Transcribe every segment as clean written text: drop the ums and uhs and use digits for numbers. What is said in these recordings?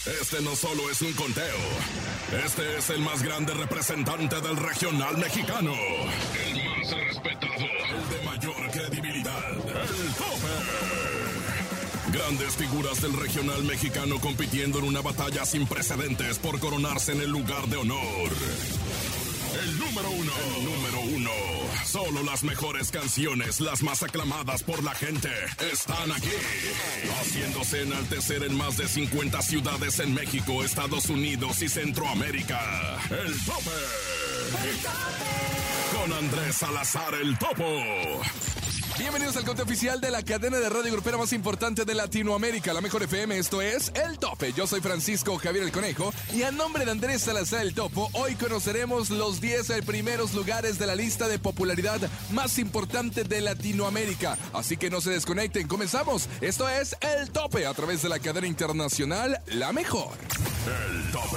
Este no solo es un conteo. Este es el más grande representante del regional mexicano. El más respetado. El de mayor credibilidad. El Tope. Grandes figuras del regional mexicano compitiendo en una batalla sin precedentes por coronarse en el lugar de honor. El número uno. El número uno. Solo las mejores canciones, las más aclamadas por la gente, están aquí. Haciéndose enaltecer en más de 50 ciudades en México, Estados Unidos y Centroamérica. El Tope. El Tope. Con Andrés Salazar el Topo. Bienvenidos al conteo oficial de la cadena de radio grupera más importante de Latinoamérica, la Mejor FM. Esto es El Tope. Yo soy Francisco Javier el Conejo y a nombre de Andrés Salazar el Topo, hoy conoceremos los 10 primeros lugares de la lista de popularidad más importante de Latinoamérica. Así que no se desconecten, comenzamos. Esto es El Tope a través de la cadena internacional La Mejor. El Tope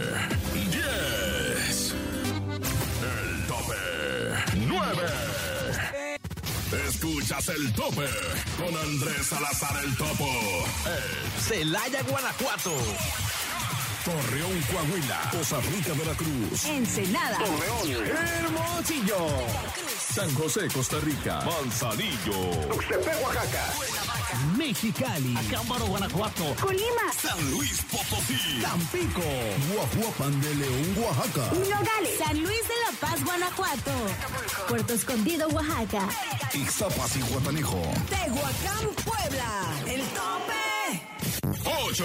10. El Tope 9. Escuchas El Tope con Andrés Salazar el Topo. Celaya, Guanajuato. Torreón, Coahuila. Poza Rica, Veracruz. Ensenada. Torreón. Hermosillo. San José, Costa Rica. Manzanillo. Tuxtepec, Oaxaca. Mexicali. Acámbaro, Guanajuato. Colima. San Luis Potosí. Tampico. Guajuapan de León, Oaxaca. Nogales. San Luis de la Paz, Guanajuato. Puerto Escondido, Oaxaca. Ixtapas y Guatanejo. Tehuacán, Puebla. El Tope. 8.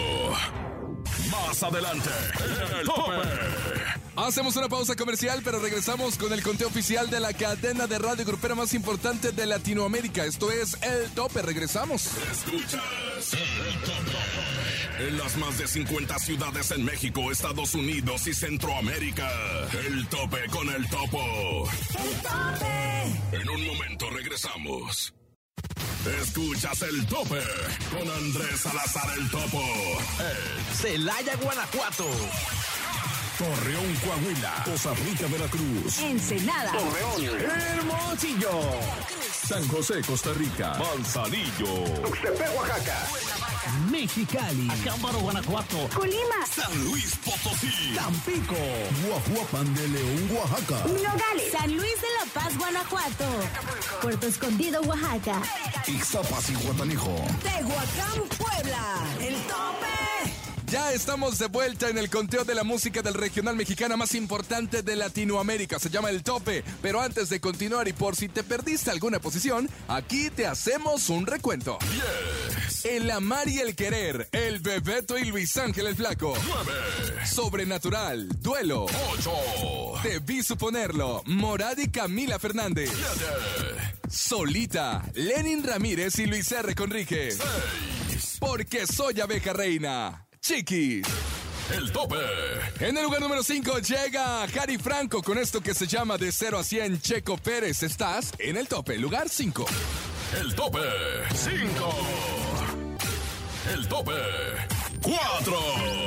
Más adelante, El Tope. Hacemos una pausa comercial, pero regresamos con el conteo oficial de la cadena de radio grupera más importante de Latinoamérica. Esto es El Tope. Regresamos. Escuchas El Tope. En las más de 50 ciudades en México, Estados Unidos y Centroamérica. El Tope con el Topo. El Tope. En un momento regresamos. Escuchas El Tope con Andrés Salazar el Topo. Celaya, Guanajuato. Torreón, Coahuila. Poza Rica, Veracruz. Ensenada. Torreón. Hermosillo. San José, Costa Rica. Manzanillo. Tuxtepec, Oaxaca. Mexicali. Acámbaro, Guanajuato. Colima. San Luis Potosí. Tampico. Guajuapan de León, Oaxaca. Nogales. San Luis de la Paz, Guanajuato. Puerto Escondido, Oaxaca. Ixtapas y Guatanejo. Tehuacán, Puebla. El Tope. Ya estamos de vuelta en el conteo de la música del regional mexicana más importante de Latinoamérica. Se llama El Tope. Pero antes de continuar y por si te perdiste alguna posición, aquí te hacemos un recuento. 10. El Amar y el Querer, El Bebeto y Luis Ángel el Flaco. 9. Sobrenatural, Duelo. 8. Te vi suponerlo, Morad y Camila Fernández. 7. Solita, Lenin Ramírez y Luis R. Conríquez. 6. Porque soy abeja reina, Chiquis. El Tope. En el lugar número 5 llega Harry Franco con esto que se llama De 0 a 100 Checo Pérez. Estás en el tope, lugar 5. El Tope 5. El Tope 4.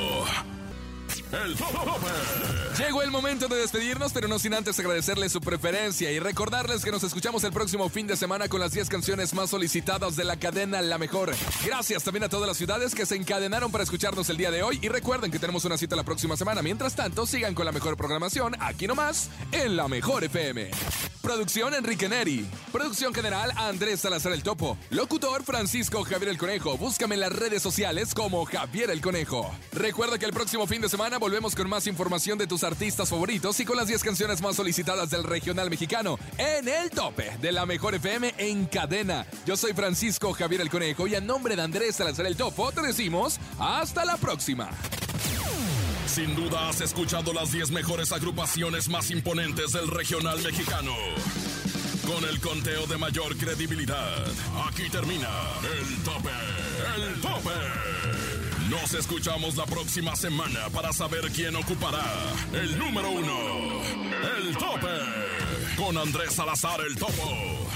El Tope. Llegó el momento de despedirnos, pero no sin antes agradecerles su preferencia y recordarles que nos escuchamos el próximo fin de semana con las 10 canciones más solicitadas de la cadena La Mejor. Gracias también a todas las ciudades que se encadenaron para escucharnos el día de hoy y recuerden que tenemos una cita la próxima semana. Mientras tanto, sigan con la mejor programación aquí nomás en La Mejor FM. Producción Enrique Neri. Producción general Andrés Salazar el Topo. Locutor Francisco Javier el Conejo. Búscame en las redes sociales como Javier el Conejo. Recuerda que el próximo fin de semana volvemos con más información de tus artistas favoritos y con las 10 canciones más solicitadas del regional mexicano en El Tope de La Mejor FM en cadena. Yo soy Francisco Javier el Conejo y a nombre de Andrés Salazar el Topo te decimos hasta la próxima. Sin duda has escuchado las 10 mejores agrupaciones más imponentes del regional mexicano. Con el conteo de mayor credibilidad, aquí termina El Tope. El Tope. Nos escuchamos la próxima semana para saber quién ocupará el número 1. El Tope. Con Andrés Salazar el Topo.